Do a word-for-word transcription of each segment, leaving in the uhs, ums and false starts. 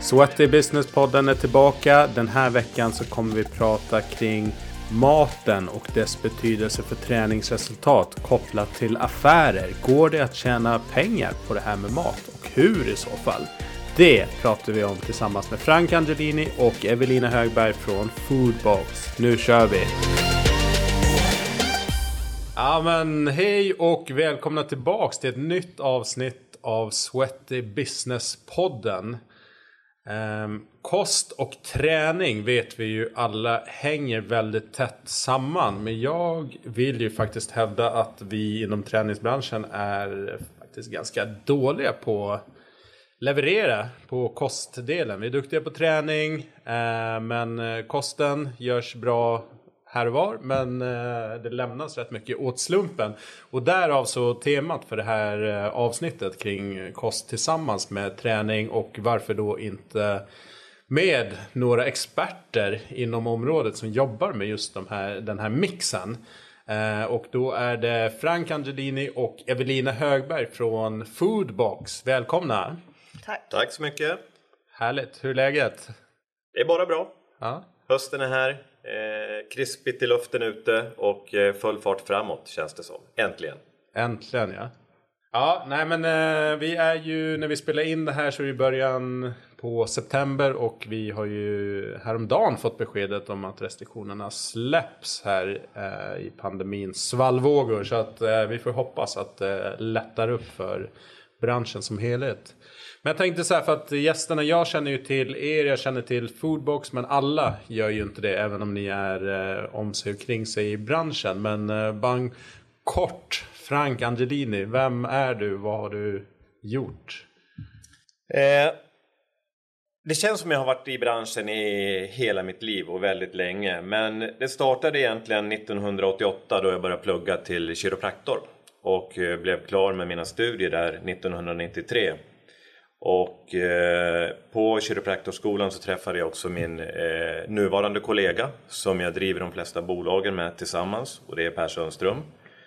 Sweaty Business-podden är tillbaka. Den här veckan så kommer vi prata kring maten och dess betydelse för träningsresultat kopplat till affärer. Går det att tjäna pengar på det här med mat och hur i så fall? Det pratar vi om tillsammans med Frank Angelini och Evelina Högberg från Foodbox. Nu kör vi! Ja men hej och välkomna tillbaks till ett nytt avsnitt av Sweaty Business-podden. Um, kost och träning vet vi ju alla hänger väldigt tätt samman. Men jag vill ju faktiskt hävda att vi inom träningsbranschen är faktiskt ganska dåliga på att leverera på kostdelen. Vi är duktiga på träning uh, men kosten görs bra här och var, men uh, det lämnas rätt mycket åt slumpen. Och därav så temat för det här uh, avsnittet kring kost tillsammans med träning och varför då inte med några experter inom området som jobbar med just de här, den här mixen. Uh, och då är det Frank Angelini och Evelina Högberg från Foodbox. Välkomna! Tack. Tack så mycket. Härligt, hur är läget? Det är bara bra. Ja. Hösten är här. Eh, krispigt i luften ute och eh, full fart framåt känns det som. Äntligen. Äntligen, ja. Ja, nej men eh, vi är ju, när vi spelar in det här så är det i början på september och vi har ju häromdagen fått beskedet om att restriktionerna släpps här eh, i pandemins svallvågor. Så att eh, vi får hoppas att det eh, lättar upp för branschen som helhet. Men jag tänkte så här, för att gästerna, jag känner ju till er, jag känner till Foodbox, men alla gör ju inte det, även om ni är eh, om sig och kring sig i branschen. Men eh, bara kort, Frank Angelini, vem är du, vad har du gjort? Eh, det känns som jag har varit i branschen i hela mitt liv och väldigt länge. Men det startade egentligen nittonhundraåttioåtta då jag började plugga till kiropraktor. Och eh, blev klar med mina studier där nittonhundranittiotre. Och eh, på kiropraktorskolan så träffade jag också min eh, nuvarande kollega som jag driver de flesta bolagen med tillsammans, och det är Per Sundström.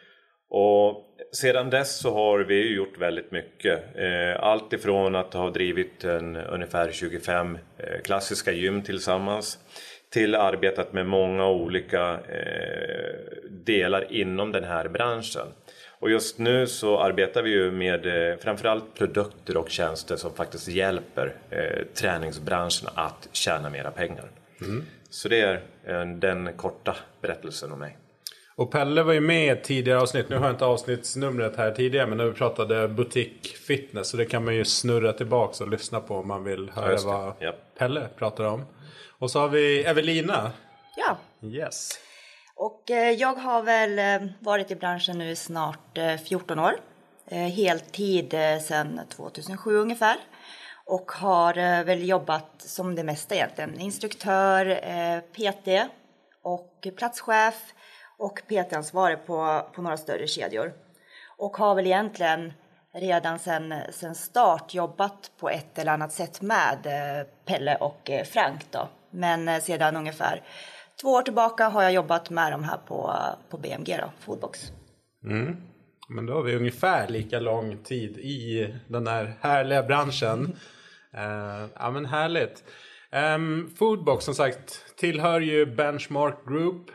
Och sedan dess så har vi ju gjort väldigt mycket. Eh, allt ifrån att ha drivit en, ungefär tjugofem eh, klassiska gym tillsammans till arbetat med många olika eh, delar inom den här branschen. Och just nu så arbetar vi ju med eh, framförallt produkter och tjänster som faktiskt hjälper eh, träningsbranschen att tjäna mera pengar. Mm. Så det är eh, den korta berättelsen om mig. Och Pelle var ju med i ett tidigare avsnitt. Nu har jag inte avsnittsnumret här tidigare, men när vi pratade butik fitness. Så det kan man ju snurra tillbaka och lyssna på om man vill höra vad ja. Pelle pratar om. Och så har vi Evelina. Ja. Yes. Och eh, jag har väl eh, varit i branschen nu i snart eh, fjorton år. Eh, heltid eh, sedan tvåtusensju ungefär. Och har eh, väl jobbat som det mesta egentligen. Instruktör, eh, P T och platschef och P T-ansvarig på, på några större kedjor. Och har väl egentligen redan sedan sen start jobbat på ett eller annat sätt med eh, Pelle och eh, Frank då. Men eh, sedan ungefär två år tillbaka har jag jobbat med de här på, på B M G då, Foodbox. Mm. Men då har vi ungefär lika lång tid i den här härliga branschen. uh, ja men härligt. Um, Foodbox som sagt tillhör ju Benchmark Group.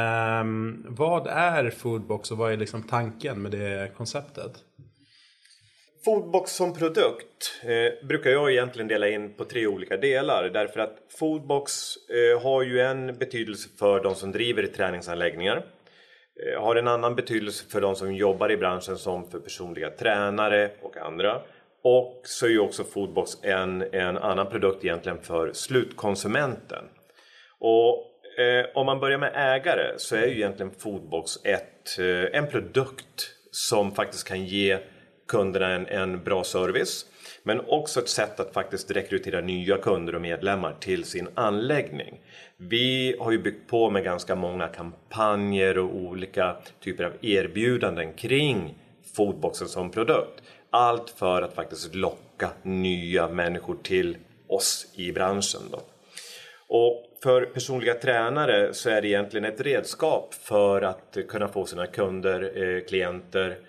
Um, vad är Foodbox och vad är liksom tanken med det konceptet? Foodbox som produkt eh, brukar jag egentligen dela in på tre olika delar. Därför att Foodbox eh, har ju en betydelse för de som driver i träningsanläggningar. Eh, har en annan betydelse för de som jobbar i branschen som för personliga tränare och andra. Och så är ju också Foodbox en, en annan produkt egentligen för slutkonsumenten. Och eh, om man börjar med ägare så är ju egentligen Foodbox ett, eh, en produkt som faktiskt kan ge kunderna en, en bra service, men också ett sätt att faktiskt rekrytera nya kunder och medlemmar till sin anläggning. Vi har ju byggt på med ganska många kampanjer och olika typer av erbjudanden kring Foodboxen som produkt. Allt för att faktiskt locka nya människor till oss i branschen då. Och för personliga tränare så är det egentligen ett redskap för att kunna få sina kunder, eh, klienter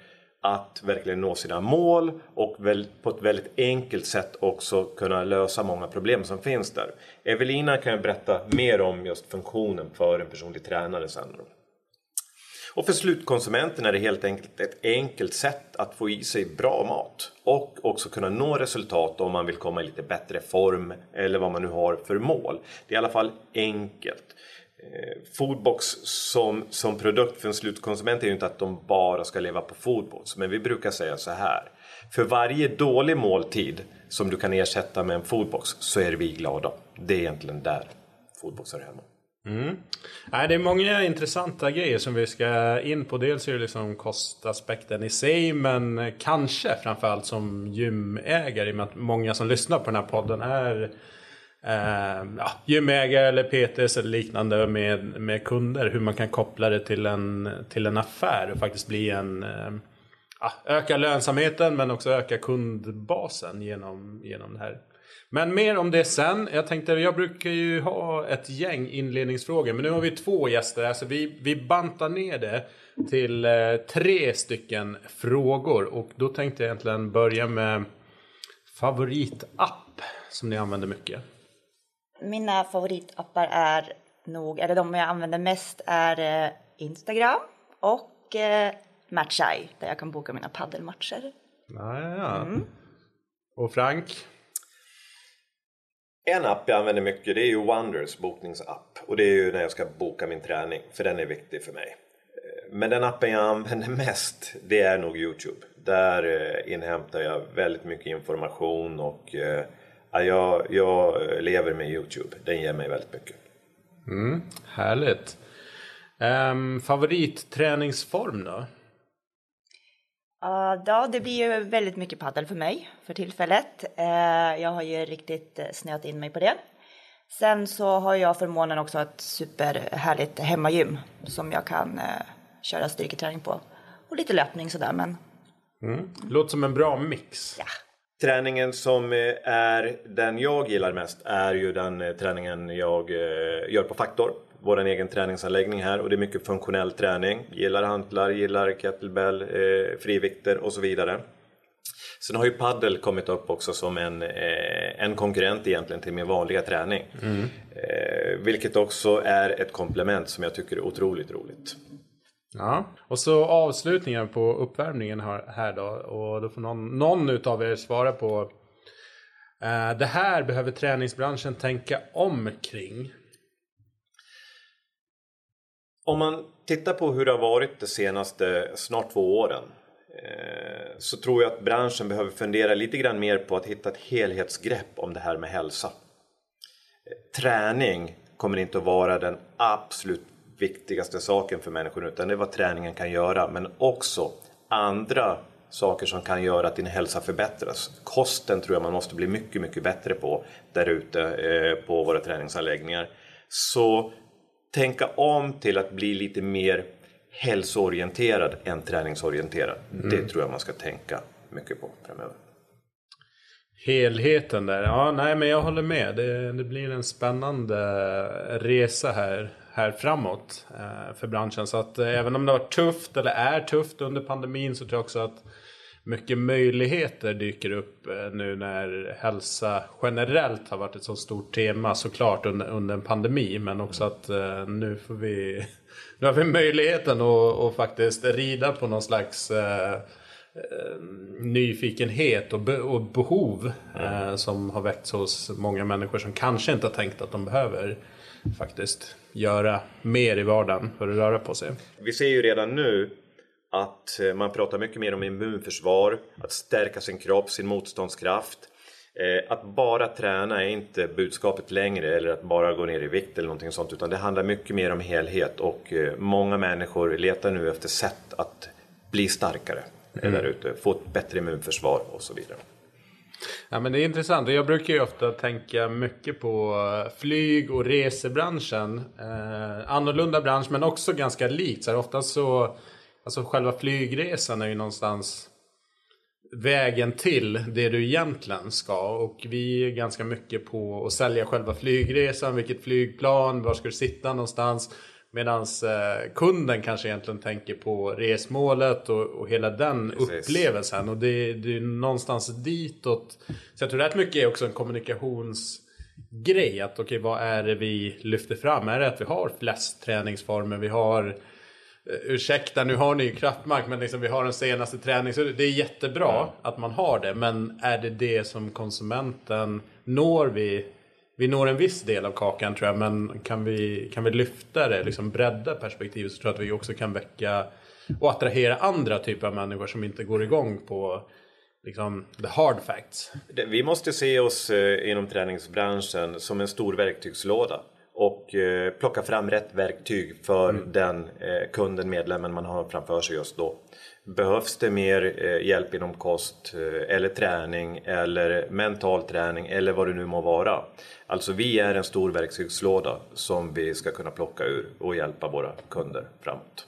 att verkligen nå sina mål och väl, på ett väldigt enkelt sätt också kunna lösa många problem som finns där. Evelina kan ju berätta mer om just funktionen för en personlig tränare sen. Och för slutkonsumenten är det helt enkelt ett enkelt sätt att få i sig bra mat och också kunna nå resultat om man vill komma i lite bättre form eller vad man nu har för mål. Det är i alla fall enkelt. Foodbox som, som produkt för en slutkonsument är ju inte att de bara ska leva på Foodbox. Men vi brukar säga så här: för varje dålig måltid som du kan ersätta med en Foodbox så är vi glada. Det är egentligen där Foodbox är hemma. Mm. Nej, det är många intressanta grejer som vi ska in på. Dels är det liksom kostaspekten i sig, men kanske framförallt som gymägare, i och med att många som lyssnar på den här podden är Uh, ja, gymägare eller P T:s eller liknande med, med kunder, hur man kan koppla det till en, till en affär och faktiskt bli en uh, ja, öka lönsamheten men också öka kundbasen genom, genom det här. Men mer om det sen. Jag tänkte, jag brukar ju ha ett gäng inledningsfrågor, men nu har vi två gäster här, så vi, vi bantar ner det till uh, tre stycken frågor. Och då tänkte jag egentligen börja med favoritapp som ni använder mycket. Mina favoritappar är nog, eller de jag använder mest är Instagram och eh, Matchai, där jag kan boka mina paddelmatcher. Ja, ja. Mm. Och Frank? En app jag använder mycket, det är ju Wonders bokningsapp. Och det är ju när jag ska boka min träning, för den är viktig för mig. Men den appen jag använder mest, det är nog YouTube. Där inhämtar jag väldigt mycket information och ja, jag, jag lever med YouTube. Den ger mig väldigt mycket. Mm, härligt. Um, favoritträningsform då? Uh, ja, det blir ju väldigt mycket paddel för mig för tillfället. Uh, jag har ju riktigt snöat in mig på det. Sen så har jag förmånen också ett superhärligt hemmagym som jag kan uh, köra styrketräning på. Och lite löpning sådär, men... Mm. Låter som en bra mix. Ja. Träningen som är den jag gillar mest är ju den träningen jag gör på Faktor. Vår egen träningsanläggning här, och det är mycket funktionell träning. Gillar hantlar, gillar kettlebell, eh, frivikter och så vidare. Sen har ju paddel kommit upp också som en, eh, en konkurrent egentligen till min vanliga träning. Mm. Eh, vilket också är ett komplement som jag tycker är otroligt roligt. Ja, och så avslutningen på uppvärmningen här då, och då får någon, någon utav er svara på eh, det här behöver träningsbranschen tänka om kring. Om man tittar på hur det har varit de senaste snart två åren eh, så tror jag att branschen behöver fundera lite grann mer på att hitta ett helhetsgrepp om det här med hälsa. Eh, träning kommer inte att vara den absolut viktigaste saken för människor, utan det är vad träningen kan göra, men också andra saker som kan göra att din hälsa förbättras. Kosten tror jag man måste bli mycket, mycket bättre på där ute eh, på våra träningsanläggningar. Så tänka om till att bli lite mer hälsoorienterad än träningsorienterad. Mm. Det tror jag man ska tänka mycket på framöver. Helheten där, ja nej men jag håller med. Det, det blir en spännande resa här, här framåt eh, för branschen. Så att eh, även om det var tufft eller är tufft under pandemin, så tror jag också att mycket möjligheter dyker upp eh, nu när hälsa generellt har varit ett så stort tema, såklart under, under en pandemi. Men också att eh, nu får vi nu har vi möjligheten att, att faktiskt rida på någon slags eh, nyfikenhet och, be- och behov mm. eh, som har väckts hos många människor som kanske inte har tänkt att de behöver faktiskt göra mer i vardagen för att röra på sig. Vi ser ju redan nu att man pratar mycket mer om immunförsvar, att stärka sin kropp, sin motståndskraft. Eh, att bara träna är inte budskapet längre, eller att bara gå ner i vikt eller någonting sånt, utan det handlar mycket mer om helhet, och eh, många människor letar nu efter sätt att bli starkare. Mm. Där ute, få ett bättre immunförsvar och så vidare. Ja, men det är intressant, och jag brukar ju ofta tänka mycket på flyg- och resebranschen. Eh, annorlunda bransch, men också ganska likt. Så här, ofta så, alltså själva flygresan är ju någonstans vägen till det du egentligen ska. Och vi är ganska mycket på att sälja själva flygresan, vilket flygplan, var ska du sitta någonstans. Medan eh, kunden kanske egentligen tänker på resmålet och, och hela den Precis. upplevelsen. Och det, det är någonstans ditåt. Så jag tror rätt mycket är också en kommunikationsgrej. Att okej, okay, vad är det vi lyfter fram? Är det att vi har flest träningsformer? Vi har, uh, ursäkta nu har ni ju kraftmark, men liksom vi har den senaste träningen. Så det är jättebra mm. att man har det. Men är det det som konsumenten når vi? Vi når en viss del av kakan tror jag, men kan vi, kan vi lyfta det, liksom bredda perspektivet, så tror jag att vi också kan väcka och attrahera andra typer av människor som inte går igång på liksom the hard facts. Vi måste se oss eh, inom träningsbranschen som en stor verktygslåda och eh, plocka fram rätt verktyg för mm. den eh, kunden, medlemmen man har framför sig just då. Behövs det mer eh, hjälp inom kost eh, eller träning eller mental träning eller vad det nu må vara. Alltså vi är en stor verktygslåda som vi ska kunna plocka ur och hjälpa våra kunder framåt.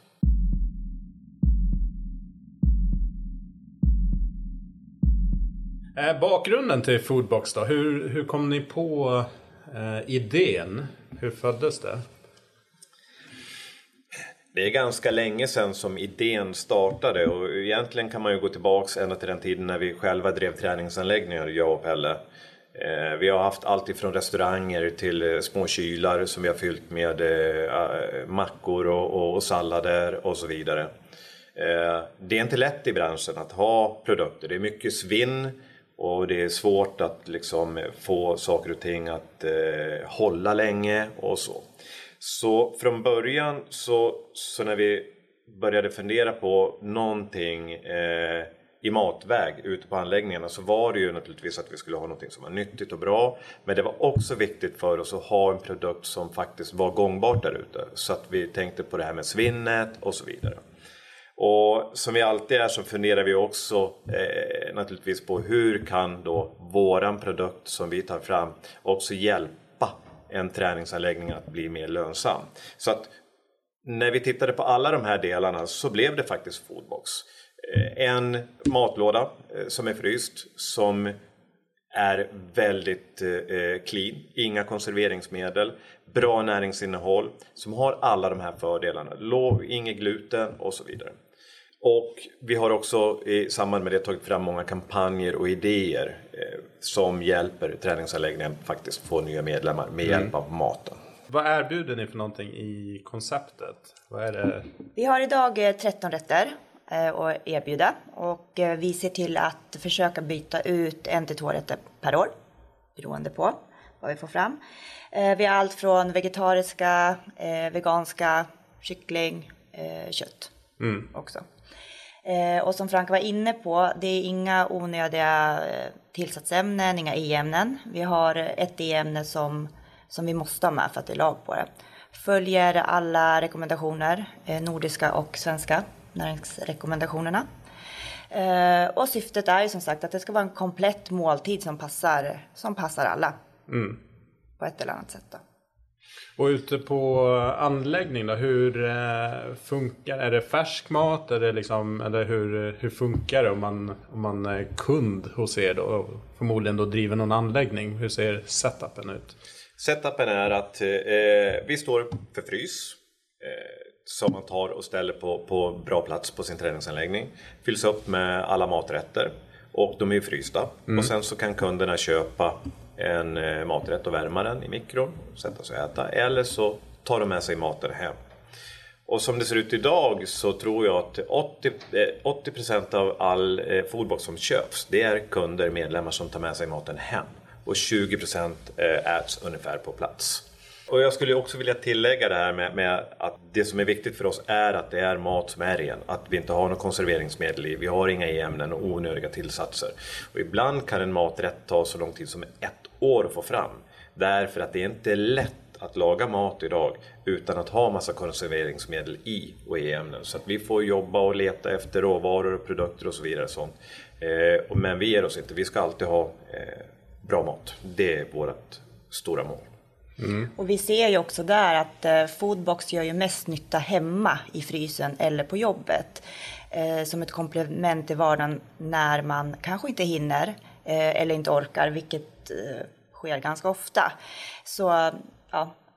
Eh, bakgrunden till Foodbox då, hur, hur kom ni på eh, idén? Hur föddes det? Det är ganska länge sedan som idén startade och egentligen kan man ju gå tillbaks ända till den tiden när vi själva drev träningsanläggningar, jag och Pelle. Eh, vi har haft allt ifrån restauranger till eh, små kylar som vi har fyllt med eh, mackor och, och, och sallader och så vidare. Eh, det är inte lätt i branschen att ha produkter, det är mycket svinn och det är svårt att liksom få saker och ting att eh, hålla länge och så. Så från början så, så när vi började fundera på någonting eh, i matväg ute på anläggningarna, så var det ju naturligtvis att vi skulle ha någonting som var nyttigt och bra. Men det var också viktigt för oss att ha en produkt som faktiskt var gångbart där ute. Så att vi tänkte på det här med svinnet och så vidare. Och som vi alltid är så funderar vi också eh, naturligtvis på hur kan då våran produkt som vi tar fram också hjälpa en träningsanläggning att bli mer lönsam. Så att när vi tittade på alla de här delarna så blev det faktiskt Foodbox. En matlåda som är fryst, som är väldigt clean, inga konserveringsmedel, bra näringsinnehåll, som har alla de här fördelarna. Låg, inget gluten och så vidare. Och vi har också i samband med det tagit fram många kampanjer och idéer eh, som hjälper träningsanläggningen faktiskt få nya medlemmar med mm. hjälp av maten. Vad erbjuder ni för någonting i konceptet? Vad är det? Vi har idag tretton rätter att erbjuda och vi ser till att försöka byta ut en till två rätter per år beroende på vad vi får fram. Vi har allt från vegetariska, veganska, kyckling, kött mm. också. Och som Frank var inne på, det är inga onödiga tillsatsämnen, inga e-ämnen. Vi har ett e-ämne som, som vi måste ha med för att det är lag på det. Följer alla rekommendationer, nordiska och svenska näringsrekommendationerna. Och syftet är ju som sagt att det ska vara en komplett måltid som passar, som passar alla mm. på ett eller annat sätt då. Och ute på anläggning då, hur eh, funkar, är det färsk mat är det liksom, eller hur, hur funkar det om man, om man är kund hos er då, och förmodligen då driver någon anläggning, hur ser setupen ut? Setupen är att eh, vi står för frys eh, som man tar och ställer på, på bra plats på sin träningsanläggning, fylls upp med alla maträtter och de är ju frysta mm. och sen så kan kunderna köpa en maträtt och värma den i mikron, sätta sig och äta, eller så tar de med sig maten hem. Och som det ser ut idag så tror jag att åttio procent av all Foodbox som köps, det är kunder, medlemmar som tar med sig maten hem, och tjugo procent äts ungefär på plats. Och jag skulle också vilja tillägga det här med, med att det som är viktigt för oss är att det är mat som är ren. Att vi inte har något konserveringsmedel i, vi har inga e-ämnen och onödiga tillsatser. Och ibland kan en maträtt ta så lång tid som ett år att få fram. Därför att det är inte lätt att laga mat idag utan att ha massa konserveringsmedel i och e-ämnen. Så att vi får jobba och leta efter råvaror och produkter och så vidare. Sånt. Eh, men vi ger oss inte, vi ska alltid ha eh, bra mat. Det är vårt stora mål. Mm. Och vi ser ju också där att eh, Foodbox gör ju mest nytta hemma i frysen eller på jobbet. Eh, som ett komplement i vardagen när man kanske inte hinner eh, eller inte orkar, vilket eh, sker ganska ofta. Så ja,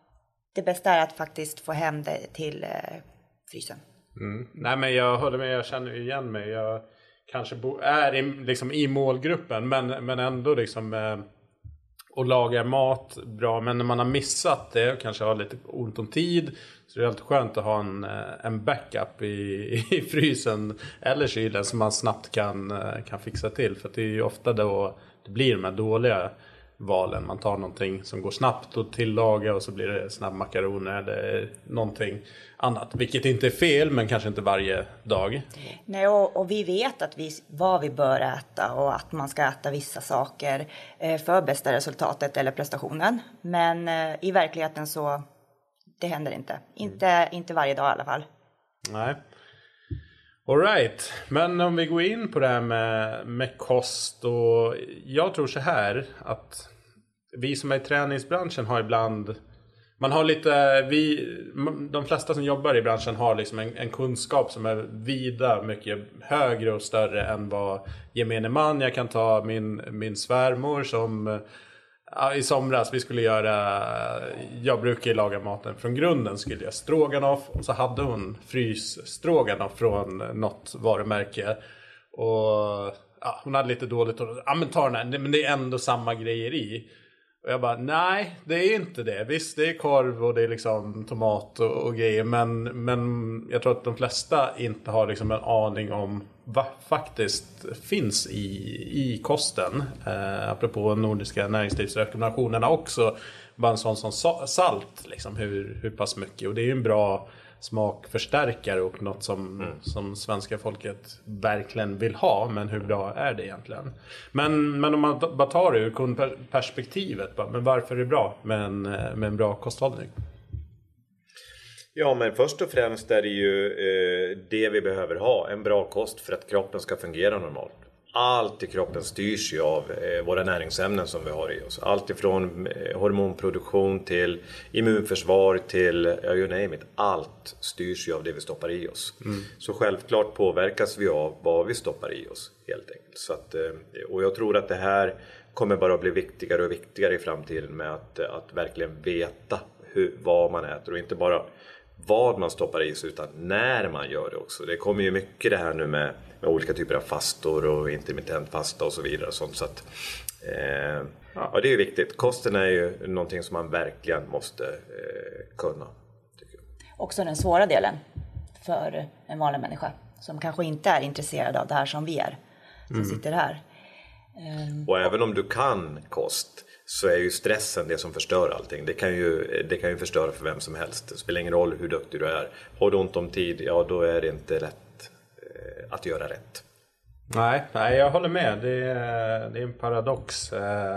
det bästa är att faktiskt få hem det till eh, frysen. Mm. Nej, men jag håller med, jag känner igen mig. Jag kanske bo, är i, liksom, i målgruppen, men, men ändå liksom eh, och lagar mat bra. Men när man har missat det och kanske har lite ont om tid, så det är alltid skönt att ha en, en backup i, i frysen eller kylen som man snabbt kan, kan fixa till. För det är ju ofta då det blir de här dåliga valen. Man tar någonting som går snabbt och tillaga och så blir det snabbmakaroner eller någonting annat. Vilket inte är fel, men kanske inte varje dag. Nej, och, och vi vet att vi, vad vi bör äta och att man ska äta vissa saker eh, för bästa resultatet eller prestationen. Men eh, i verkligheten så det händer inte. Inte, mm. inte varje dag i alla fall. Nej. All right. Men om vi går in på det här med, med kost. Och jag tror så här att vi som är i träningsbranschen har ibland... Man har lite... Vi, de flesta som jobbar i branschen har liksom en, en kunskap som är vida mycket högre och större än vad gemene man. Jag kan ta min, min svärmor som... Ja, i somras vi skulle göra, jag brukar ju laga maten från grunden, skulle jag stroganoff och så hade hon frys stroganoff från något varumärke och ja, hon hade lite dåligt och ja men ta den här, men det är ändå samma grejer i. Och jag bara, nej det är inte det. Visst det är korv och det är liksom tomat och, och grejer. Men, men jag tror att de flesta inte har liksom en aning om vad faktiskt finns i, i kosten. Eh, apropå nordiska näringslivsrekommendationerna också. Bara en sån som salt, liksom, hur, hur pass mycket. Och det är ju en bra smakförstärkare och något som, mm. som svenska folket verkligen vill ha. Men hur bra är det egentligen? Men, men om man bara tar det ur kundperspektivet, men varför är det bra med en, med en bra kosthållning? Ja, men först och främst är det ju eh, det vi behöver ha. En bra kost för att kroppen ska fungera normalt. Allt i kroppen styrs ju av eh, våra näringsämnen som vi har i oss. Allt ifrån eh, hormonproduktion till immunförsvar till, ja, you name it. Allt styrs ju av det vi stoppar i oss. Mm. Så självklart påverkas vi av vad vi stoppar i oss helt enkelt. Så att, eh, och jag tror att det här kommer bara bli viktigare och viktigare i framtiden med att, att verkligen veta hur, vad man äter och inte bara vad man stoppar i sig utan när man gör det också. Det kommer ju mycket det här nu med, med olika typer av fastor och intermittent fasta och så vidare. Och sånt, så att, eh, ja, det är ju viktigt. Kosten är ju någonting som man verkligen måste eh, kunna. Tycker jag. Också den svåra delen för en vanlig människa som kanske inte är intresserad av det här som vi är. Som mm. sitter här. Um, och även om du kan kost så är ju stressen det som förstör allting. Det kan ju, det kan ju förstöra för vem som helst. Det spelar ingen roll hur duktig du är. Har du ont om tid, ja då är det inte lätt eh, att göra rätt. Nej, nej, jag håller med. Det är, det är en paradox.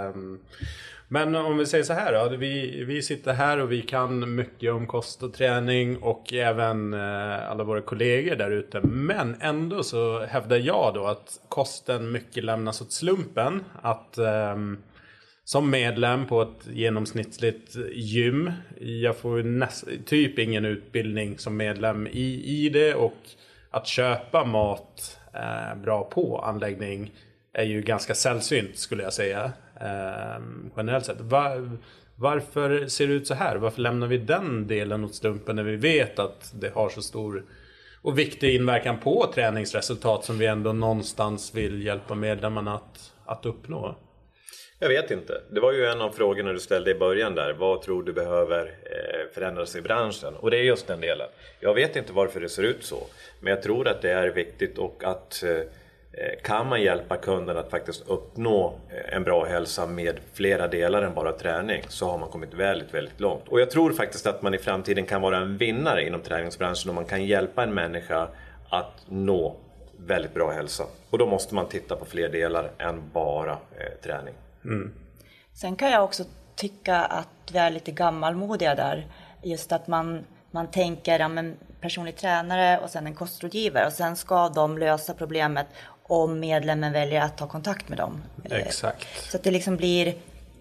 Men om vi säger så här då. Vi, vi sitter här och vi kan mycket om kost och träning och även alla våra kollegor där ute. Men ändå så hävdar jag då att kosten mycket lämnas åt slumpen. Att... Som medlem på ett genomsnittligt gym. Jag får näst, typ ingen utbildning som medlem i, i det. Och att köpa mat eh, bra på anläggning är ju ganska sällsynt skulle jag säga. Eh, generellt sett. Var, varför ser det ut så här? Varför lämnar vi den delen åt slumpen när vi vet att det har så stor och viktig inverkan på träningsresultat som vi ändå någonstans vill hjälpa medlemmarna att, att uppnå? Jag vet inte. Det var ju en av frågorna du ställde i början där. Vad tror du behöver förändras i branschen? Och det är just den delen. Jag vet inte varför det ser ut så. Men jag tror att det är viktigt och att kan man hjälpa kunden att faktiskt uppnå en bra hälsa med flera delar än bara träning så har man kommit väldigt, väldigt långt. Och jag tror faktiskt att man i framtiden kan vara en vinnare inom träningsbranschen om man kan hjälpa en människa att nå väldigt bra hälsa. Och då måste man titta på fler delar än bara eh, träning. Mm. Sen kan jag också tycka att vi är lite gammalmodiga där. Just att man, man tänker ja, men personlig tränare och sen en kostrådgivare. Och sen ska de lösa problemet om medlemmen väljer att ta kontakt med dem. Exakt. Så att det liksom blir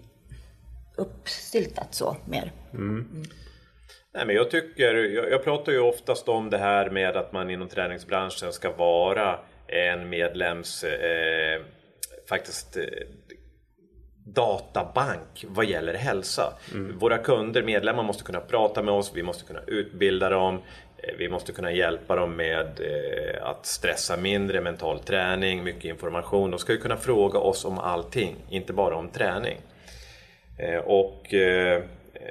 uppstiltat så mer. Mm. Mm. Nej, men jag tycker, jag, jag pratar ju oftast om det här med att man inom träningsbranschen ska vara en medlems eh, faktiskt eh, databank vad gäller hälsa. Mm. Våra kunder, medlemmar måste kunna prata med oss, vi måste kunna utbilda dem, vi måste kunna hjälpa dem med eh, att stressa mindre, mental träning, mycket information. De ska ju kunna fråga oss om allting, inte bara om träning. Eh, och eh,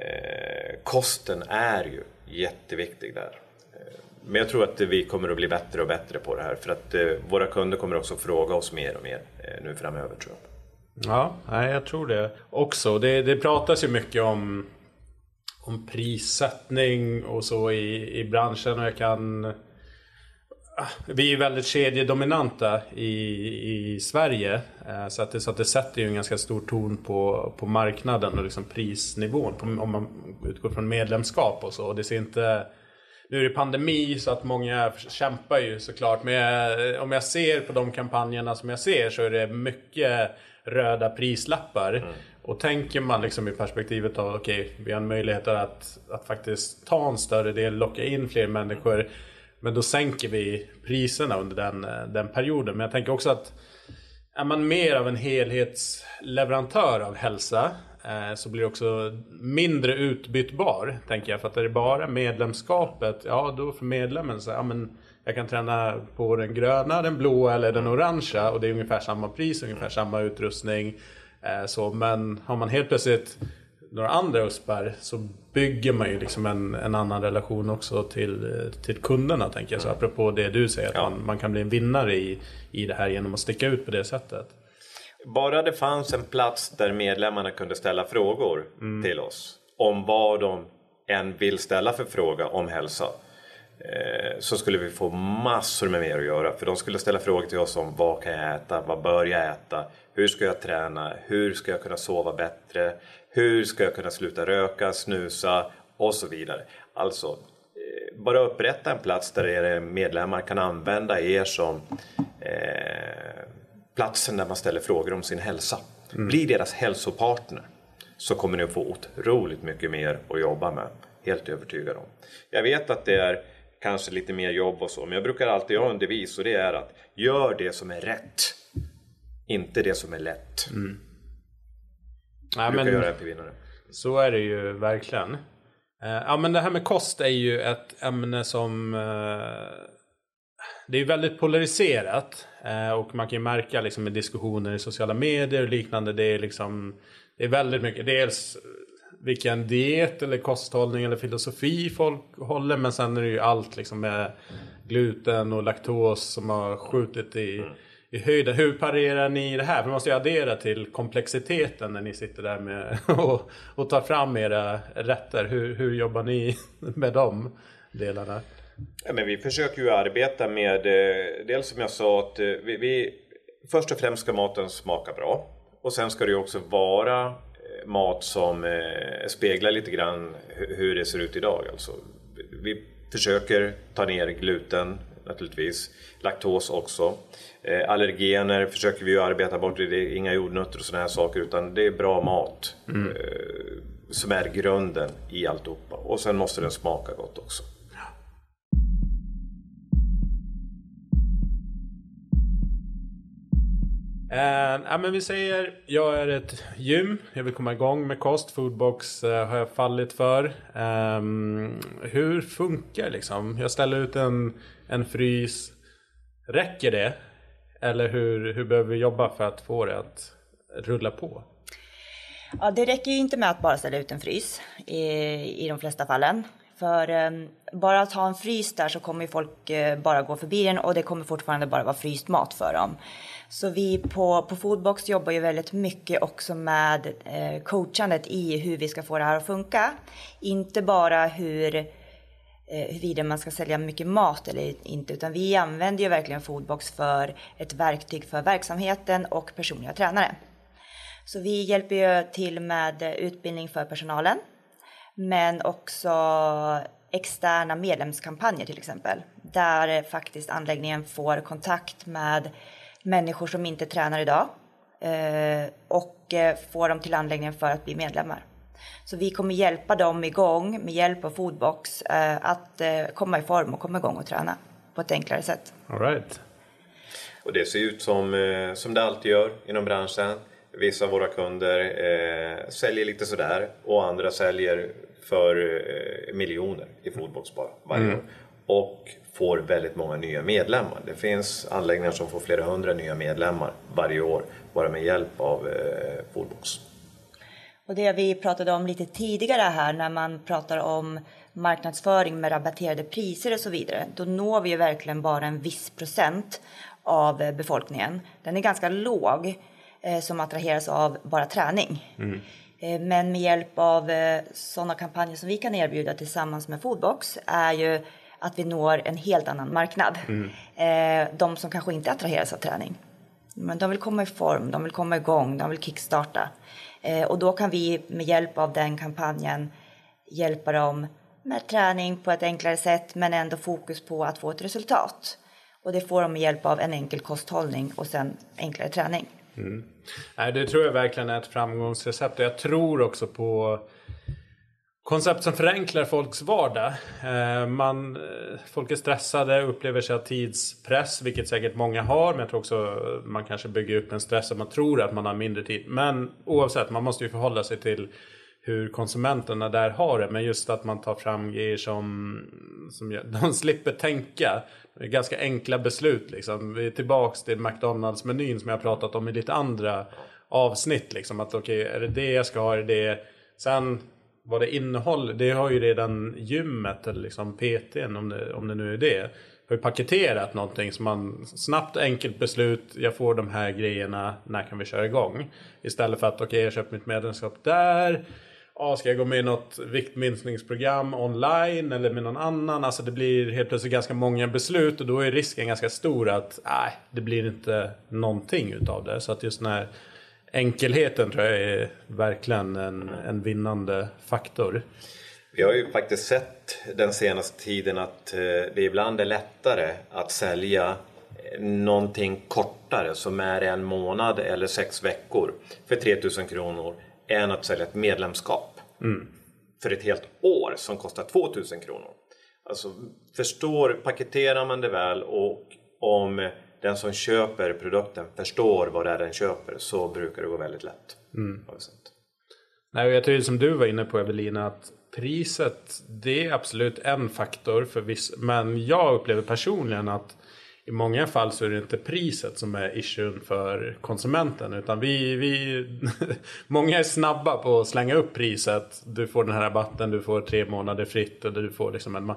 kosten är ju jätteviktig där. Men jag tror att vi kommer att bli bättre och bättre på det här. För att eh, våra kunder kommer också fråga oss mer och mer eh, nu framöver, tror jag. Ja, nej, jag tror det också. Det, det pratas ju mycket om, om prissättning och så i, i branschen. Och jag kan... Vi är väldigt kedjedominanta i, i Sverige. Så att, det, så att det sätter ju en ganska stor ton på, på marknaden och liksom prisnivån. På, om man utgår från medlemskap och så. Och det ser inte... Nu är det pandemi så att många kämpar ju såklart. Men jag, om jag ser på de kampanjerna som jag ser så är det mycket röda prislappar. Mm. Och tänker man liksom i perspektivet av okej, okay, vi har en möjlighet att, att faktiskt ta en större del, locka in fler människor. Men då sänker vi priserna under den, den perioden. Men jag tänker också att är man mer av en helhetsleverantör av hälsa eh, så blir det också mindre utbytbar, tänker jag. För att är det bara medlemskapet, ja då för medlemmen så ja, men jag kan träna på den gröna, den blå eller den orangea och det är ungefär samma pris, ungefär samma utrustning. Eh, så, men har man helt plötsligt några andra uspar så bygger man ju liksom en, en annan relation också till, till kunderna, tänker jag. Så apropå det du säger, att ja. man, man kan bli en vinnare i, i det här genom att sticka ut på det sättet. Bara det fanns en plats där medlemmarna kunde ställa frågor mm. till oss om vad de än vill ställa för fråga om hälsa, eh, så skulle vi få massor med mer att göra. För de skulle ställa frågor till oss om vad kan jag äta, vad bör jag äta, hur ska jag träna, hur ska jag kunna sova bättre, hur ska jag kunna sluta röka, snusa och så vidare. Alltså, eh, bara upprätta en plats där era medlemmar kan använda er som eh, platsen där man ställer frågor om sin hälsa. Mm. Bli deras hälsopartner, så kommer ni att få otroligt mycket mer att jobba med. Helt övertygad om. Jag vet att det är kanske lite mer jobb och så, men jag brukar alltid ha en devis och det är att gör det som är rätt, inte det som är lätt. Mm. Nej, men göra till vinnare. Så är det ju verkligen. Uh, ja, men det här med kost är ju ett ämne som uh, det är väldigt polariserat uh, och man kan ju märka liksom i diskussioner i sociala medier och liknande, det är liksom det är väldigt mycket, dels vilken diet eller kosthållning eller filosofi folk håller, men sen är det ju allt liksom med gluten och laktos som har skjutit i mm. i höjden. Hur parerar ni det här? För man måste ju addera till komplexiteten när ni sitter där med och, och tar fram era rätter. Hur, hur jobbar ni med de delarna? Ja, men vi försöker ju arbeta med, dels som jag sa, att vi, vi först och främst ska maten smaka bra. Och sen ska det ju också vara mat som eh, speglar lite grann hur det ser ut idag. Alltså, vi försöker ta ner gluten naturligtvis, laktos också. Eh, allergener försöker vi ju arbeta bort, det är inga jordnötter och såna här saker, utan det är bra mat mm. eh, som är grunden i alltihopa. Och sen måste den smaka gott också. Uh, ja, men vi säger, jag är ett gym, jag vill komma igång med kost, Foodbox uh, har jag fallit för. Um, hur funkar liksom? Jag ställer ut en, en frys, räcker det? Eller hur, hur behöver vi jobba för att få det att rulla på? Ja, det räcker ju inte med att bara ställa ut en frys i, i de flesta fallen. För um, bara att ha en frys där så kommer ju folk uh, bara gå förbi den och det kommer fortfarande bara vara fryst mat för dem. Så vi på, på Foodbox jobbar ju väldigt mycket också med eh, coachandet i hur vi ska få det här att funka. Inte bara hur, eh, huruvida man ska sälja mycket mat eller inte, utan vi använder ju verkligen Foodbox för ett verktyg för verksamheten och personliga tränare. Så vi hjälper ju till med utbildning för personalen, men också externa medlemskampanjer till exempel. Där faktiskt anläggningen får kontakt med människor som inte tränar idag eh, och eh, får dem till anläggningen för att bli medlemmar. Så vi kommer hjälpa dem igång med hjälp av Foodbox eh, att eh, komma i form och komma igång och träna på ett enklare sätt. All right. Och det ser ut som, eh, som det alltid gör inom branschen. Vissa av våra kunder eh, säljer lite sådär och andra säljer för eh, miljoner i Foodbox bara varje mm. år. Och får väldigt många nya medlemmar. Det finns anläggningar som får flera hundra nya medlemmar varje år bara med hjälp av eh, Foodbox. Och det vi pratade om lite tidigare här när man pratar om marknadsföring med rabatterade priser och så vidare. Då når vi ju verkligen bara en viss procent av befolkningen. Den är ganska låg eh, som attraheras av bara träning. Mm. Eh, men med hjälp av eh, sådana kampanjer som vi kan erbjuda tillsammans med Foodbox är ju att vi når en helt annan marknad. Mm. Eh, de som kanske inte attraheras av träning. Men de vill komma i form, de vill komma igång, de vill kickstarta. Eh, och då kan vi med hjälp av den kampanjen hjälpa dem med träning på ett enklare sätt men ändå fokus på att få ett resultat. Och det får de med hjälp av en enkel kosthållning och sen enklare träning. Mm. Nej, det tror jag verkligen är ett framgångsrecept. Jag tror också på koncept som förenklar folks vardag. Eh, man, folk är stressade, upplever sig av tidspress, vilket säkert många har. Men jag tror också man kanske bygger upp en stress och man tror att man har mindre tid. Men oavsett, man måste ju förhålla sig till hur konsumenterna där har det. Men just att man tar fram grejer som, som de slipper tänka. Det är ganska enkla beslut. Liksom. Vi är tillbaka till McDonalds-menyn som jag har pratat om i lite andra avsnitt. Liksom. Att okej, okay, är det det jag ska ha? Är det det? Sen vad det innehåller, det har ju redan gymmet eller liksom P T:n om det, om det nu är det. Har ju paketerat någonting som man snabbt enkelt beslut, jag får de här grejerna, när kan vi köra igång? Istället för att okej, okay, jag har köpt mitt medlemskap där. Ja, ska jag gå med i något viktminskningsprogram online eller med någon annan? Alltså det blir helt plötsligt ganska många beslut och då är risken ganska stor att nej, det blir inte någonting utav det. Så att just den här enkelheten tror jag är verkligen en, en vinnande faktor. Vi har ju faktiskt sett den senaste tiden att det ibland är lättare att sälja någonting kortare som är en månad eller sex veckor för tre tusen kronor än att sälja ett medlemskap mm. för ett helt år som kostar två tusen kronor. Alltså förstår, paketerar man det väl och om den som köper produkten förstår vad det är den köper så brukar det gå väldigt lätt. Mm. Nej, jag tror som du var inne på Evelina att priset det är absolut en faktor för viss, men jag upplever personligen att i många fall så är det inte priset som är issuen för konsumenten utan vi, vi många är snabba på att slänga upp priset. Du får den här rabatten, du får tre månader fritt och du får liksom en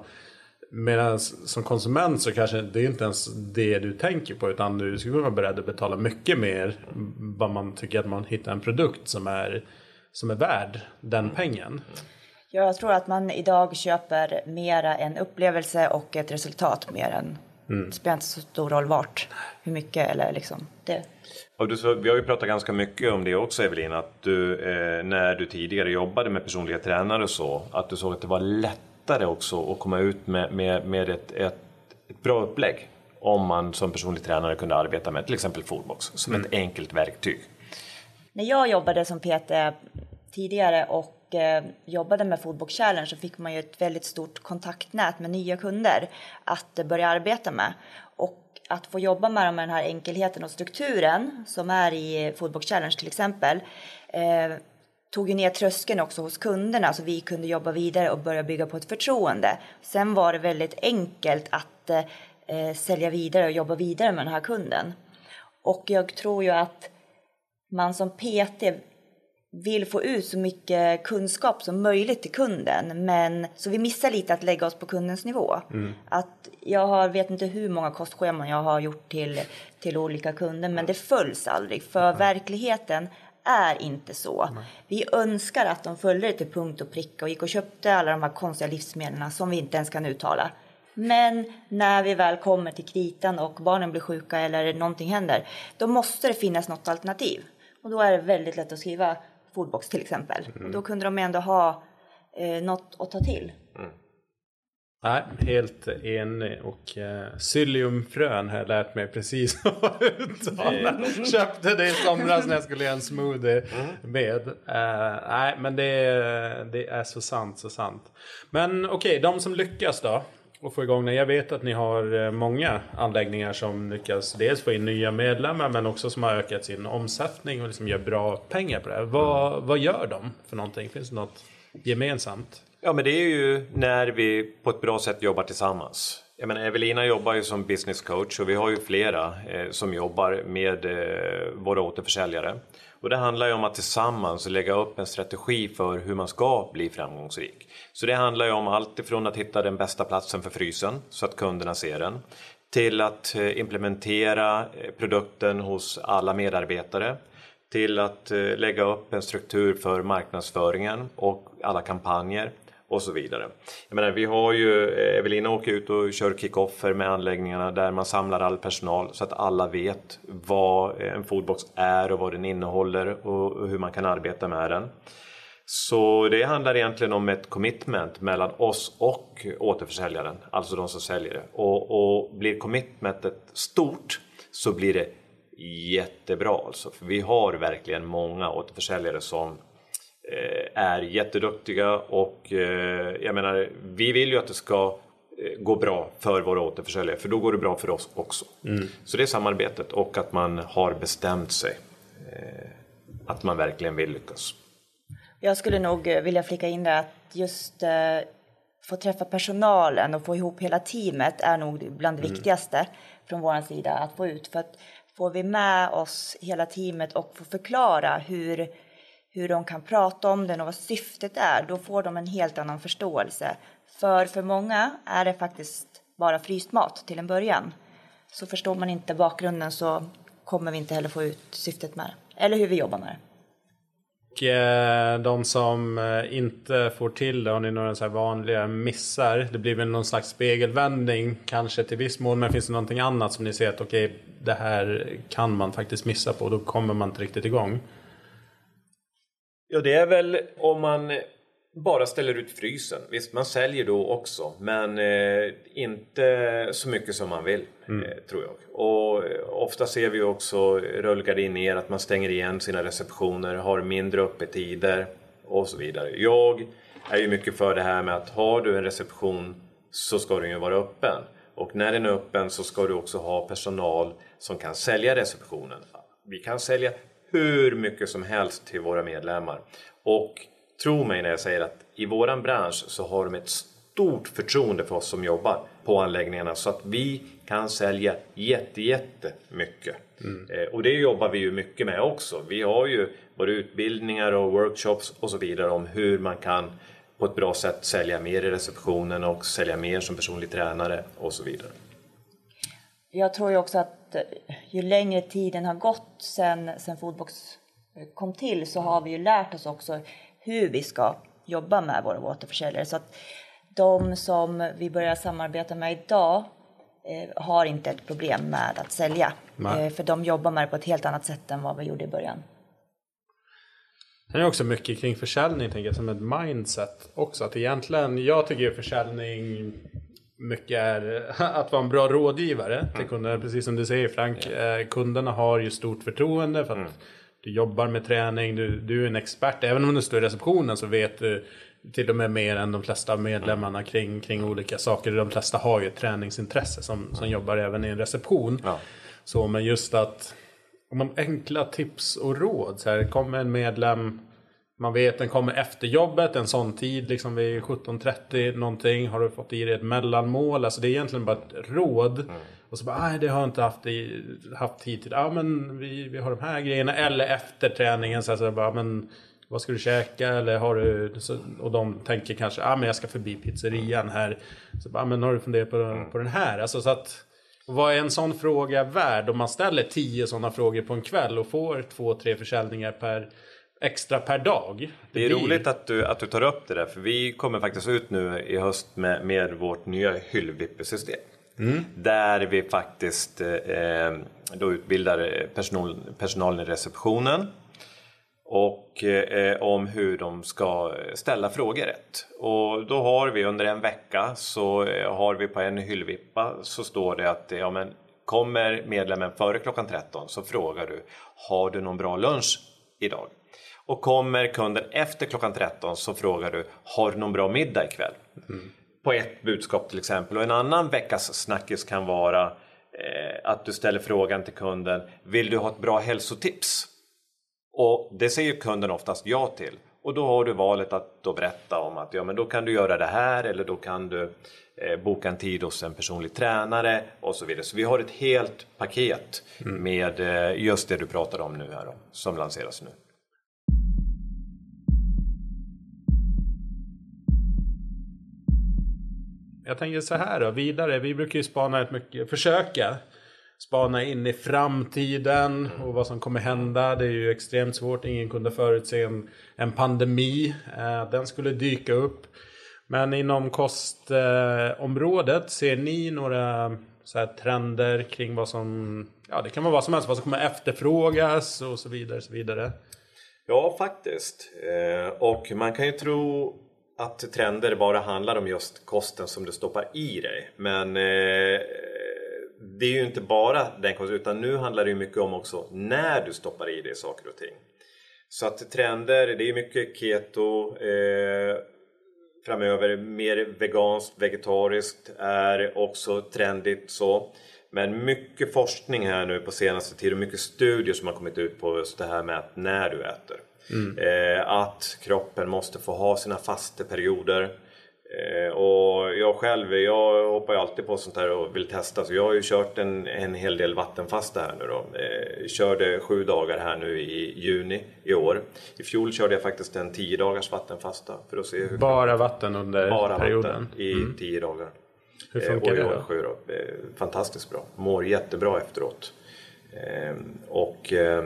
medan som konsument så kanske det är inte ens det du tänker på utan du skulle vara beredd att betala mycket mer vad man tycker att man hittar en produkt som är, som är värd den pengen. Jag tror att man idag köper mera en upplevelse och ett resultat mer än mm. det spelar inte så stor roll vart, hur mycket eller liksom det. Och du, så, vi har ju pratat ganska mycket om det också Evelina, att du eh, när du tidigare jobbade med personliga tränare och så, att du såg att det var lätt också att komma ut med, med, med ett, ett, ett bra upplägg om man som personlig tränare kunde arbeta med till exempel Foodbox som mm. ett enkelt verktyg. När jag jobbade som P T tidigare och eh, jobbade med Foodbox Challenge så fick man ju ett väldigt stort kontaktnät med nya kunder att eh, börja arbeta med. Och att få jobba med den här enkelheten och strukturen som är i Foodbox Challenge till exempel eh, tog ju ner tröskeln också hos kunderna så vi kunde jobba vidare och börja bygga på ett förtroende. Sen var det väldigt enkelt att eh, sälja vidare och jobba vidare med den här kunden. Och jag tror ju att man som P T vill få ut så mycket kunskap som möjligt till kunden. Men så vi missar lite att lägga oss på kundens nivå. Mm. Att jag har, vet inte hur många kostscheman jag har gjort till, till olika kunder men det följs aldrig. För mm. verkligheten är inte så. Mm. Vi önskar att de följde det till punkt och pricka och gick och köpte alla de här konstiga livsmedlen som vi inte ens kan uttala. Men när vi väl kommer till kritan och barnen blir sjuka eller någonting händer, då måste det finnas något alternativ. Och då är det väldigt lätt att skriva Foodbox till exempel. Mm. Och då kunde de ändå ha eh, något att ta till. Mm. Nej, helt enig. Och eh, psylliumfrön har jag lärt mig precis att uttala. Köpte det i somras när jag skulle göra en smoothie mm. med. Eh, nej, men det, det är så sant, så sant. Men okej, okay, de som lyckas då. att få igång det? Jag vet att ni har många anläggningar som lyckas dels få in nya medlemmar men också som har ökat sin omsättning och liksom gör bra pengar på det. Vad, mm. vad gör de för någonting? Finns det något gemensamt? Ja, men det är ju när vi på ett bra sätt jobbar tillsammans. Jag menar, Evelina jobbar ju som business coach och vi har ju flera eh, som jobbar med eh, våra återförsäljare. Och det handlar ju om att tillsammans lägga upp en strategi för hur man ska bli framgångsrik. Så det handlar ju om allt ifrån att hitta den bästa platsen för frysen så att kunderna ser den. Till att eh, implementera eh, produkten hos alla medarbetare. Till att eh, lägga upp en struktur för marknadsföringen och alla kampanjer. Och så vidare. Jag menar, vi har ju, Evelina åker ut och kör kick-offer med anläggningarna där man samlar all personal så att alla vet vad en foodbox är och vad den innehåller och hur man kan arbeta med den. Så det handlar egentligen om ett commitment mellan oss och återförsäljaren, alltså de som säljer det. Och, och blir commitmentet stort så blir det jättebra alltså. För vi har verkligen många återförsäljare som är jätteduktiga och jag menar, vi vill ju att det ska gå bra för våra återförsäljare för då går det bra för oss också. Mm. Så det är samarbetet och att man har bestämt sig att man verkligen vill lyckas. Jag skulle nog vilja flika in det att just eh, få träffa personalen och få ihop hela teamet är nog bland det mm. viktigaste från vår sida att få ut. För att får vi med oss hela teamet och få förklara hur hur de kan prata om den och vad syftet är, då får de en helt annan förståelse. För för många är det faktiskt bara fryst mat till en början. Så förstår man inte bakgrunden så kommer vi inte heller få ut syftet med det. Eller hur vi jobbar med det. Och de som inte får till det, har ni några så här vanliga missar? Det blir väl någon slags spegelvändning kanske till viss mån, men finns det någonting annat som ni ser att okej, okay, det här kan man faktiskt missa på och då kommer man inte riktigt igång? Ja, det är väl om man bara ställer ut frysen. Visst, man säljer då också. Men eh, inte så mycket som man vill, mm. eh, tror jag. Och eh, ofta ser vi också rullgardiner, att man stänger igen sina receptioner, har mindre öppettider och så vidare. Jag är ju mycket för det här med att har du en reception så ska den ju vara öppen. Och när den är öppen så ska du också ha personal som kan sälja receptionen. Vi kan sälja hur mycket som helst till våra medlemmar. Och tro mig när jag säger att i våran bransch så har de ett stort förtroende för oss som jobbar på anläggningarna. Så att vi kan sälja jätte, jätte mycket. Mm. Eh, och det jobbar vi ju mycket med också. Vi har ju både utbildningar och workshops och så vidare om hur man kan på ett bra sätt sälja mer i receptionen och sälja mer som personlig tränare och så vidare. Jag tror ju också att ju längre tiden har gått sen, sen Foodbox kom till så har vi ju lärt oss också hur vi ska jobba med våra återförsäljare. Så att de som vi börjar samarbeta med idag eh, har inte ett problem med att sälja. Eh, för de jobbar med det på ett helt annat sätt än vad vi gjorde i början. Det är också mycket kring försäljning, tänker jag, som ett mindset också. Att egentligen, jag tycker försäljning mycket är att vara en bra rådgivare mm. till kunderna. Precis som du säger, Frank, mm. kunderna har ju stort förtroende för att mm. du jobbar med träning, du, du är en expert. Även om du står i receptionen så vet du till och med mer än de flesta av medlemmarna kring, kring olika saker. De flesta har ju ett träningsintresse som, som jobbar även i en reception. Ja. Så men just att om man enkla tips och råd, så här kommer en medlem, man vet den kommer efter jobbet, en sån tid liksom vid sjutton trettio någonting, har du fått i dig ett mellanmål, alltså det är egentligen bara ett råd mm. och så bara, nej det har jag inte haft, i, haft tid till, ja men vi, vi har de här grejerna, eller efter träningen så alltså, bara, men vad ska du käka, eller har du, så, och de tänker kanske, ja men jag ska förbi pizzerian här, så bara, men har du funderat på, mm. på den här, alltså så att vad är en sån fråga värd om man ställer tio sådana frågor på en kväll och får två, tre försäljningar per extra per dag? Det, det är blir... roligt att du, att du tar upp det där, för vi kommer faktiskt ut nu i höst med, med vårt nya hyllvippesystem. Mm. Där vi faktiskt eh, då utbildar personal, personalen i receptionen och eh, om hur de ska ställa frågor rätt. Och då har vi under en vecka så eh, har vi på en hyllvippa så står det att ja, men, kommer medlemmen före klockan tretton så frågar du, har du någon bra lunch idag? Och kommer kunden efter klockan tretton så frågar du, har du någon bra middag ikväll? Mm. på ett budskap till exempel. Och en annan veckas snackis kan vara eh, att du ställer frågan till kunden: vill du ha ett bra hälsotips? Och det säger kunden oftast ja till. Och då har du valet att då berätta om att ja, men då kan du göra det här, eller då kan du eh, boka en tid hos en personlig tränare och så vidare. Så vi har ett helt paket mm. med eh, just det du pratar om nu här då, som lanseras nu. Jag tänker så här då, vidare. Vi brukar ju spana ett mycket, försöka spana in i framtiden och vad som kommer hända. Det är ju extremt svårt. Ingen kunde förutse en, en pandemi. Eh, den skulle dyka upp. Men inom kostområdet eh, ser ni några så här trender kring vad som, ja det kan vara vad som helst, vad som kommer efterfrågas och så vidare, så vidare. Ja, faktiskt. Eh, och man kan ju tro att trender bara handlar om just kosten som du stoppar i dig. Men eh, det är ju inte bara den kosten, utan nu handlar det ju mycket om också när du stoppar i dig saker och ting. Så att trender, det är mycket keto, eh, framöver mer veganskt, vegetariskt är också trendigt så. Men mycket forskning här nu på senaste tiden och mycket studier som har kommit ut på just det här med att när du äter. Mm. Eh, att kroppen måste få ha sina fasta perioder. Eh, och jag själv, jag hoppar ju alltid på sånt här och vill testa. Så jag har ju kört en, en hel del vattenfasta här nu då. Eh, körde sju dagar här nu i juni i år. I fjol körde jag faktiskt en tio dagars vattenfasta. För att se hur bara vatten under bara perioden? Vatten i mm. tio dagar. Hur funkar eh, det då? Sju då? Eh, fantastiskt bra. Mår jättebra efteråt. Eh, och... Eh,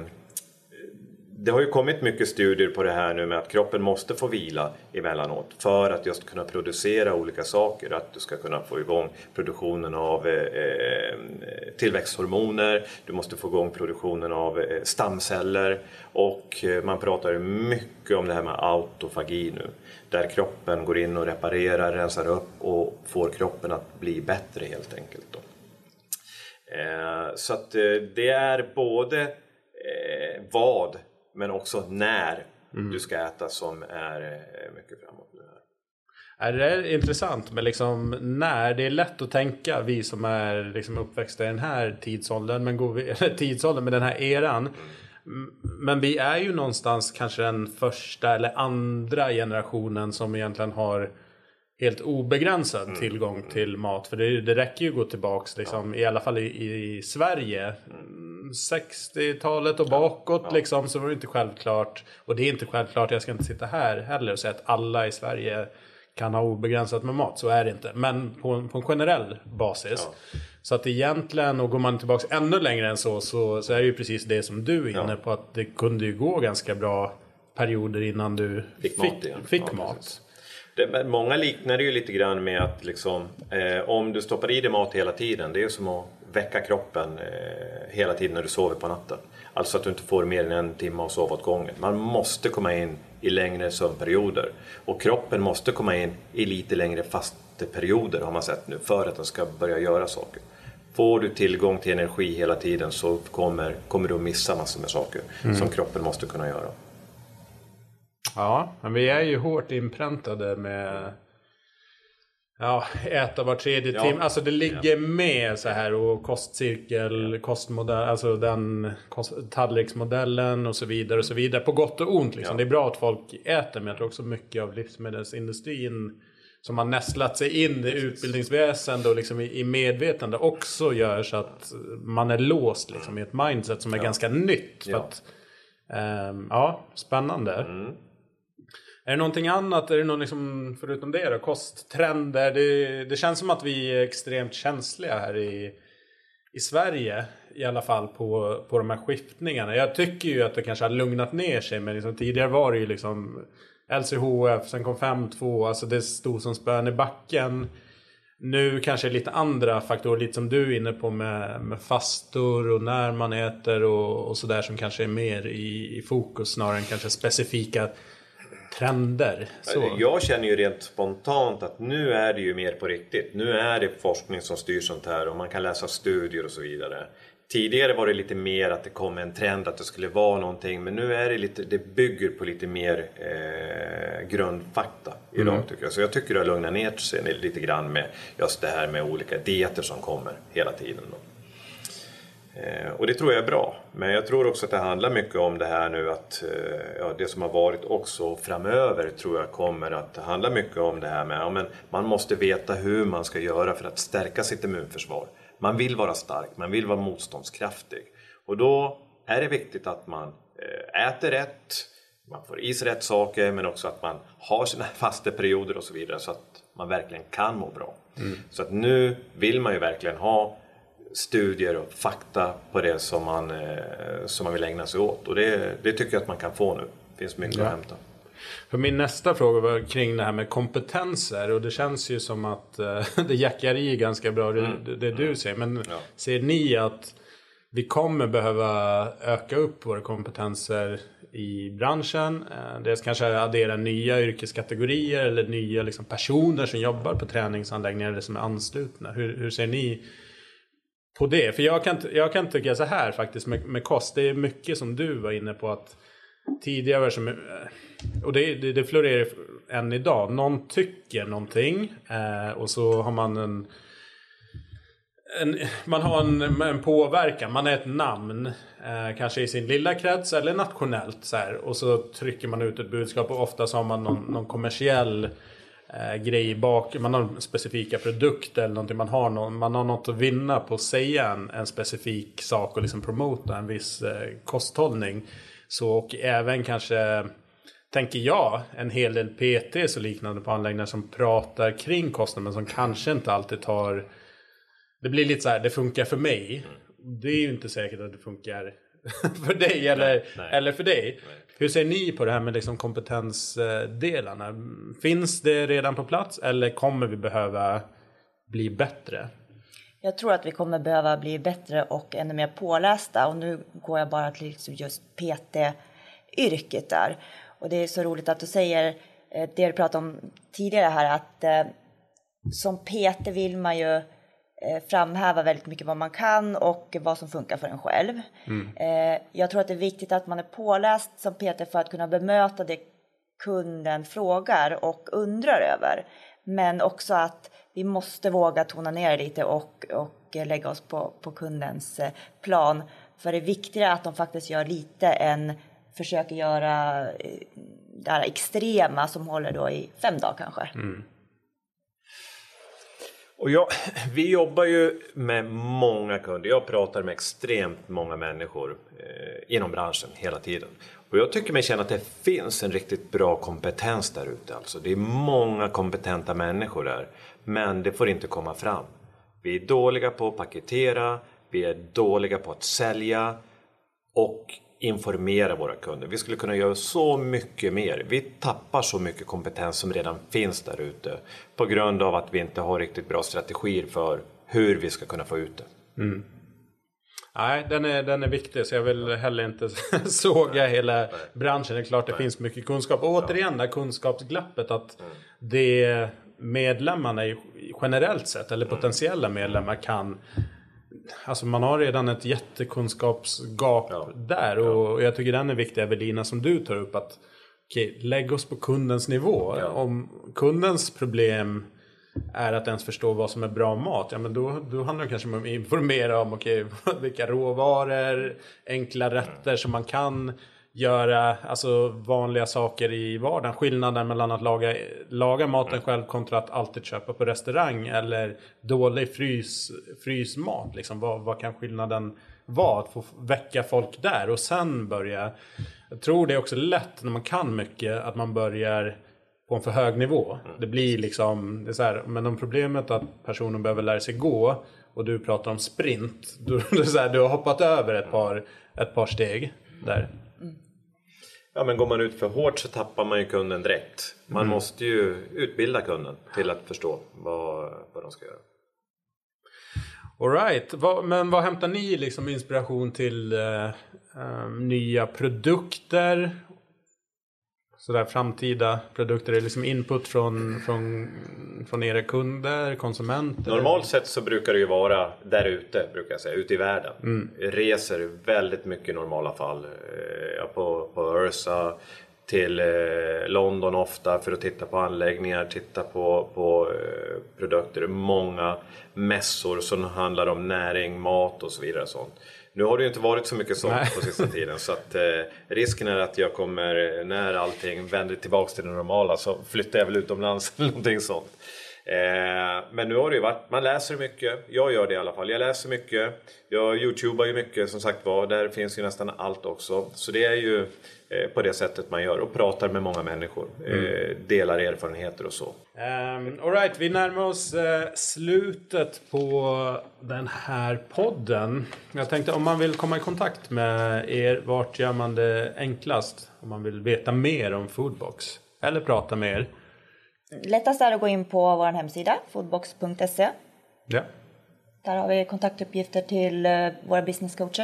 Det har ju kommit mycket studier på det här nu med att kroppen måste få vila emellanåt för att just kunna producera olika saker. Att du ska kunna få igång produktionen av eh, tillväxthormoner, du måste få igång produktionen av eh, stamceller och eh, man pratar mycket om det här med autofagi nu. Där kroppen går in och reparerar, rensar upp och får kroppen att bli bättre helt enkelt då. Eh, så att eh, det är både eh, vad men också när mm. du ska äta som är mycket framåt nu här. Är det intressant med liksom när det är lätt att tänka vi som är liksom uppväxta i den här tidsåldern men går vi, eller tidsåldern med den här eran. Mm. Men vi är ju någonstans kanske den första eller andra generationen som egentligen har helt obegränsad mm. tillgång till mat. För det, det räcker ju att gå tillbaks liksom, ja. i alla fall i, i Sverige. Mm. sextiotalet och bakåt ja. Ja. Liksom, så var det inte självklart. Och det är inte självklart, jag ska inte sitta här heller och säga att alla i Sverige kan ha obegränsat med mat. Så är det inte. Men på, på en generell basis. Ja. Så att egentligen, och går man tillbaks ännu längre än så, så, så är det ju precis det som du är inne ja. på. Att det kunde ju gå ganska bra perioder innan du fick, fick mat. Igen. Fick ja, mat. Det, många liknar det ju lite grann med att liksom, eh, om du stoppar i dig mat hela tiden, det är som att väcka kroppen eh, hela tiden när du sover på natten. Alltså att du inte får mer än en timme att sova åt gången. Man måste komma in i längre sömnperioder. Och kroppen måste komma in i lite längre fasteperioder har man sett nu för att den ska börja göra saker. Får du tillgång till energi hela tiden så kommer, kommer du att missa massor med saker mm. som kroppen måste kunna göra. Ja, men vi är ju hårt inpräntade med ja, äta var tredje ja. timme. Alltså det ligger ja. med så här och kostcirkel, ja. kostmodell, alltså den kost, tallriksmodellen och så vidare och så vidare. På gott och ont liksom. Ja. Det är bra att folk äter, men jag tror också mycket av livsmedelsindustrin som har nästlat sig in i utbildningsväsendet och liksom i, i medvetande också gör så att man är låst liksom, i ett mindset som är ja. ganska nytt. För ja. att, um, ja, spännande. Mm. Är det någonting annat? Är det någon liksom, förutom det då? Kosttrender? Det, det känns som att vi är extremt känsliga här i, i Sverige. I alla fall på, på de här skiftningarna. Jag tycker ju att det kanske har lugnat ner sig. Men liksom, tidigare var det ju liksom L C H F, sen kom fem två. Alltså det stod som spön i backen. Nu kanske lite andra faktorer. Lite som du är inne på med, med fastor och när man äter och, och sådär. Som kanske är mer i, i fokus snarare än kanske specifika trender. Så. Jag känner ju rent spontant att nu är det ju mer på riktigt. Nu är det forskning som styr sånt här och man kan läsa studier och så vidare. Tidigare var det lite mer att det kom en trend att det skulle vara någonting. Men nu är det lite, det bygger på lite mer eh, grundfakta idag mm. tycker jag. Så jag tycker det har lugnat ner sig lite grann med just det här med olika dieter som kommer hela tiden då. Eh, och det tror jag är bra. Men jag tror också att det handlar mycket om det här nu att eh, ja, det som har varit också framöver tror jag kommer att handla mycket om det här med ja, men man måste veta hur man ska göra för att stärka sitt immunförsvar. Man vill vara stark, man vill vara motståndskraftig. Och då är det viktigt att man äter rätt, man får i sig rätt saker, men också att man har sina fasta perioder och så vidare så att man verkligen kan må bra. Mm. Så att nu vill man ju verkligen ha studier och fakta på det som man, som man vill ägna sig åt. Och det, det tycker jag att man kan få nu. Det finns mycket ja. att hämta. För min nästa fråga var kring det här med kompetenser. Och det känns ju som att uh, det jackar i ganska bra det, mm. det, det du säger. Men ja. ser ni att vi kommer behöva öka upp våra kompetenser i branschen? Uh, dels kanske addera nya yrkeskategorier eller nya liksom, personer som jobbar på träningsanläggningar eller som är anslutna. Hur, hur ser ni på det? För jag kan, jag kan tycka så här faktiskt med, med kost. Det är mycket som du var inne på att tidigare som... Och det, det, det florerar än idag. Någon tycker någonting eh, och så har man en, en man har en, en påverkan. Man är ett namn eh, kanske i sin lilla krets eller nationellt så här, och så trycker man ut ett budskap och ofta så har man någon, någon kommersiell eh, grej bak. Man har specifika produkter eller någonting. Man har, någon, man har något att vinna på att säga en, en specifik sak och liksom promota en viss eh, kosthållning. Så och även kanske... tänker jag, en hel del P T:s och liknande på anläggningar som pratar kring kosten men som kanske inte alltid tar... Det blir lite så här, det funkar för mig. Det är ju inte säkert att det funkar för dig eller, nej, nej. eller för dig. Nej. Hur ser ni på det här med liksom kompetensdelarna? Finns det redan på plats eller kommer vi behöva bli bättre? Jag tror att vi kommer behöva bli bättre och ännu mer pålästa. Och nu går jag bara till just P T-yrket där. Och det är så roligt att du säger det du pratade om tidigare här. Att eh, som P T vill man ju eh, framhäva väldigt mycket vad man kan och vad som funkar för en själv. Mm. Eh, jag tror att det är viktigt att man är påläst som P T för att kunna bemöta det kunden frågar och undrar över. Men också att vi måste våga tona ner lite och, och lägga oss på, på kundens plan. För det är viktigare att de faktiskt gör lite än försöker göra det här extrema som håller då i fem dagar kanske. Mm. Och jag, vi jobbar ju med många kunder. Jag pratar med extremt många människor eh, inom branschen hela tiden. Och jag tycker mig känna att det finns en riktigt bra kompetens där ute. Alltså. Det är många kompetenta människor där. Men det får inte komma fram. Vi är dåliga på att paketera. Vi är dåliga på att sälja. Och informera våra kunder. Vi skulle kunna göra så mycket mer. Vi tappar så mycket kompetens som redan finns där ute. På grund av att vi inte har riktigt bra strategier för hur vi ska kunna få ut det. Mm. Nej, den är, den är viktig. Så jag vill heller inte såga hela branschen. Det är klart det Nej. finns mycket kunskap. Och återigen det kunskapsglappet. Att mm. det medlemmarna generellt sett. Eller potentiella medlemmar kan... Alltså man har redan ett jättekunskapsgap ja. där. Och jag tycker den är viktig, Evelina, som du tar upp. Att okej, lägg oss på kundens nivå. Ja. Om kundens problem är att ens förstå vad som är bra mat. Ja, men då, då handlar det kanske om att informera om okej, vilka råvaror, enkla rätter som man kan göra. Alltså vanliga saker i vardagen. Skillnaden mellan att laga, laga maten själv kontra att alltid köpa på restaurang. Eller dålig frys, frysmat. Liksom. Vad, vad kan skillnaden vara? Att få väcka folk där och sen börja. Jag tror det är också lätt när man kan mycket att man börjar på en för hög nivå. Det blir liksom, det är så här, men om problemet är att personen behöver lära sig gå och du pratar om sprint, då är det så här, du har hoppat över ett par, ett par steg där. Ja, men går man ut för hårt så tappar man ju kunden direkt. Man mm. måste ju utbilda kunden till att förstå vad, vad de ska göra. All right. Vad, men vad hämtar ni liksom inspiration till uh, um, nya produkter? sådär framtida produkter? Är det liksom input från, från, från era kunder, konsumenter? Normalt sett så brukar det ju vara där ute, brukar jag säga, ute i världen. Mm. Reser väldigt mycket i normala fall. Ja, på, på Ursa till eh, London ofta för att titta på anläggningar, titta på, på eh, produkter. Många mässor som handlar om näring, mat och så vidare. Sånt. Nu har det ju inte varit så mycket sånt Nej. på sista tiden, så att eh, risken är att jag kommer, när allting vänder tillbaka till det normala, så flyttar jag väl utomlands eller någonting sånt. Eh, men nu har det ju varit, man läser mycket, jag gör det i alla fall, jag läser mycket, jag youtubar ju mycket som sagt var, där finns ju nästan allt också, så det är ju eh, på det sättet man gör och pratar med många människor, mm. eh, delar erfarenheter och så. Um, all right, vi närmar oss eh, slutet på den här podden. Jag tänkte om man vill komma i kontakt med er, vart gör man det enklast om man vill veta mer om Foodbox eller prata med er? Lättast är att gå in på vår hemsida, foodbox punkt se. Ja. Där har vi kontaktuppgifter till våra businesscoacher.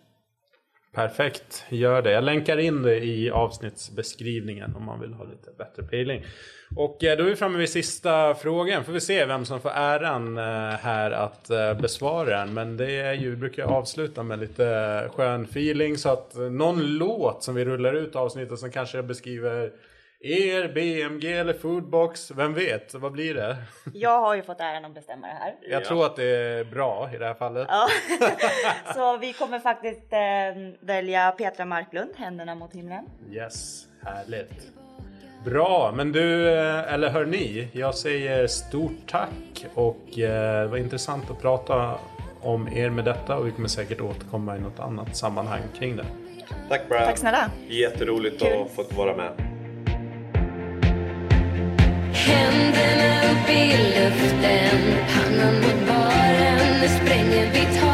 Perfekt, gör det. Jag länkar in det i avsnittsbeskrivningen om man vill ha lite bättre peeling. Och då är vi framme vid sista frågan. Får vi se vem som får äran här att besvara den. Men det är ju, vi brukar avsluta med lite skön feeling. Så att någon låt som vi rullar ut avsnittet som kanske beskriver er, B M G eller Foodbox, vem vet, vad blir det? Jag har ju fått äran att bestämma det här. Jag ja. tror att det är bra i det här fallet. Ja. Så vi kommer faktiskt eh, välja Petra Marklund, Händerna mot himlen. Yes, härligt. Bra, men du, eller hör ni, jag säger stort tack och eh, det var intressant att prata om er med detta och vi kommer säkert återkomma i något annat sammanhang kring det. Tack Brad. Tack snälla. Jätteroligt Kul. att få vara med. Händerna upp i luften, pannan mot baren, nu spränger vi tar.